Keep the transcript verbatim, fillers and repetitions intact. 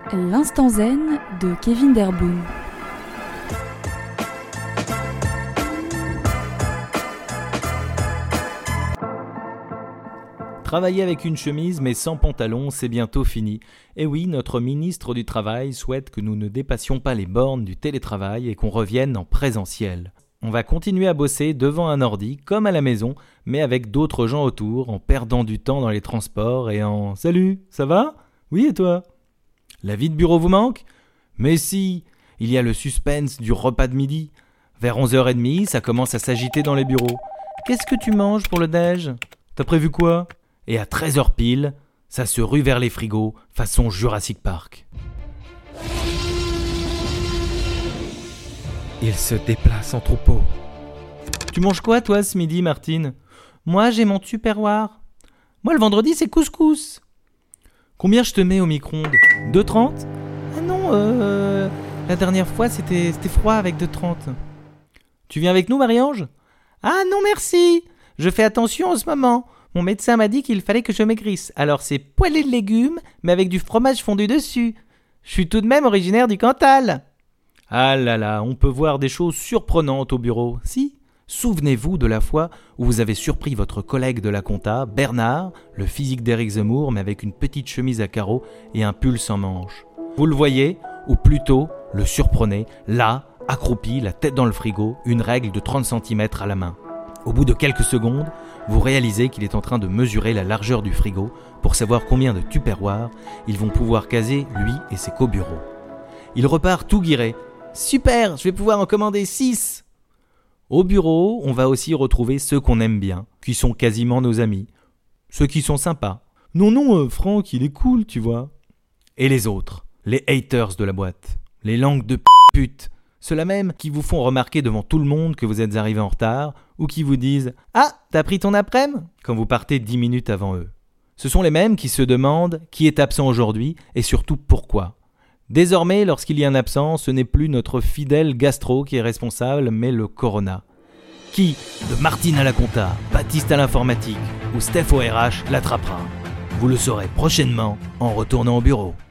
L'instant zen de Kevin Derboon. Travailler avec une chemise mais sans pantalon, c'est bientôt fini. Et oui, notre ministre du Travail souhaite que nous ne dépassions pas les bornes du télétravail et qu'on revienne en présentiel. On va continuer à bosser devant un ordi, comme à la maison, mais avec d'autres gens autour, en perdant du temps dans les transports et en « Salut, ça va ? Oui, et toi ?» La vie de bureau vous manque ? Mais si, il y a le suspense du repas de midi. Vers onze heures trente, ça commence à s'agiter dans les bureaux. Qu'est-ce que tu manges pour le déj ? T'as prévu quoi ? Et à treize heures pile, ça se rue vers les frigos, façon Jurassic Park. Il se déplace en troupeau. Tu manges quoi, toi, ce midi, Martine ? Moi, j'ai mon tupperware. Moi, le vendredi, c'est couscous. Combien je te mets au micro-ondes ? deux trente ? Ah non, euh... la dernière fois, c'était, c'était froid avec deux trente. Tu viens avec nous, Marie-Ange ? Ah non, merci. Je fais attention en ce moment. Mon médecin m'a dit qu'il fallait que je maigrisse. Alors c'est poêlé de légumes, mais avec du fromage fondu dessus. Je suis tout de même originaire du Cantal. Ah là là, on peut voir des choses surprenantes au bureau. Si, souvenez-vous de la fois où vous avez surpris votre collègue de la compta, Bernard, le physique d'Éric Zemmour, mais avec une petite chemise à carreaux et un pull sans manches. Vous le voyez, ou plutôt le surprenez, là, accroupi, la tête dans le frigo, une règle de trente centimètres à la main. Au bout de quelques secondes, vous réalisez qu'il est en train de mesurer la largeur du frigo pour savoir combien de tupperwares ils vont pouvoir caser, lui et ses co-bureaux. Il repart tout guiré. « Super, je vais pouvoir en commander six !» Au bureau, on va aussi retrouver ceux qu'on aime bien, qui sont quasiment nos amis. Ceux qui sont sympas. « Non, non, euh, Franck, il est cool, tu vois. » Et les autres, les haters de la boîte, les langues de p***, pute, ceux-là même qui vous font remarquer devant tout le monde que vous êtes arrivé en retard ou qui vous disent « Ah, t'as pris ton après-midi » quand vous partez dix minutes avant eux. Ce sont les mêmes qui se demandent qui est absent aujourd'hui et surtout pourquoi. Désormais, lorsqu'il y a un absent, ce n'est plus notre fidèle gastro qui est responsable, mais le corona. Qui, de Martine à la compta, Baptiste à l'informatique ou Steph au R H, l'attrapera ? Vous le saurez prochainement en retournant au bureau.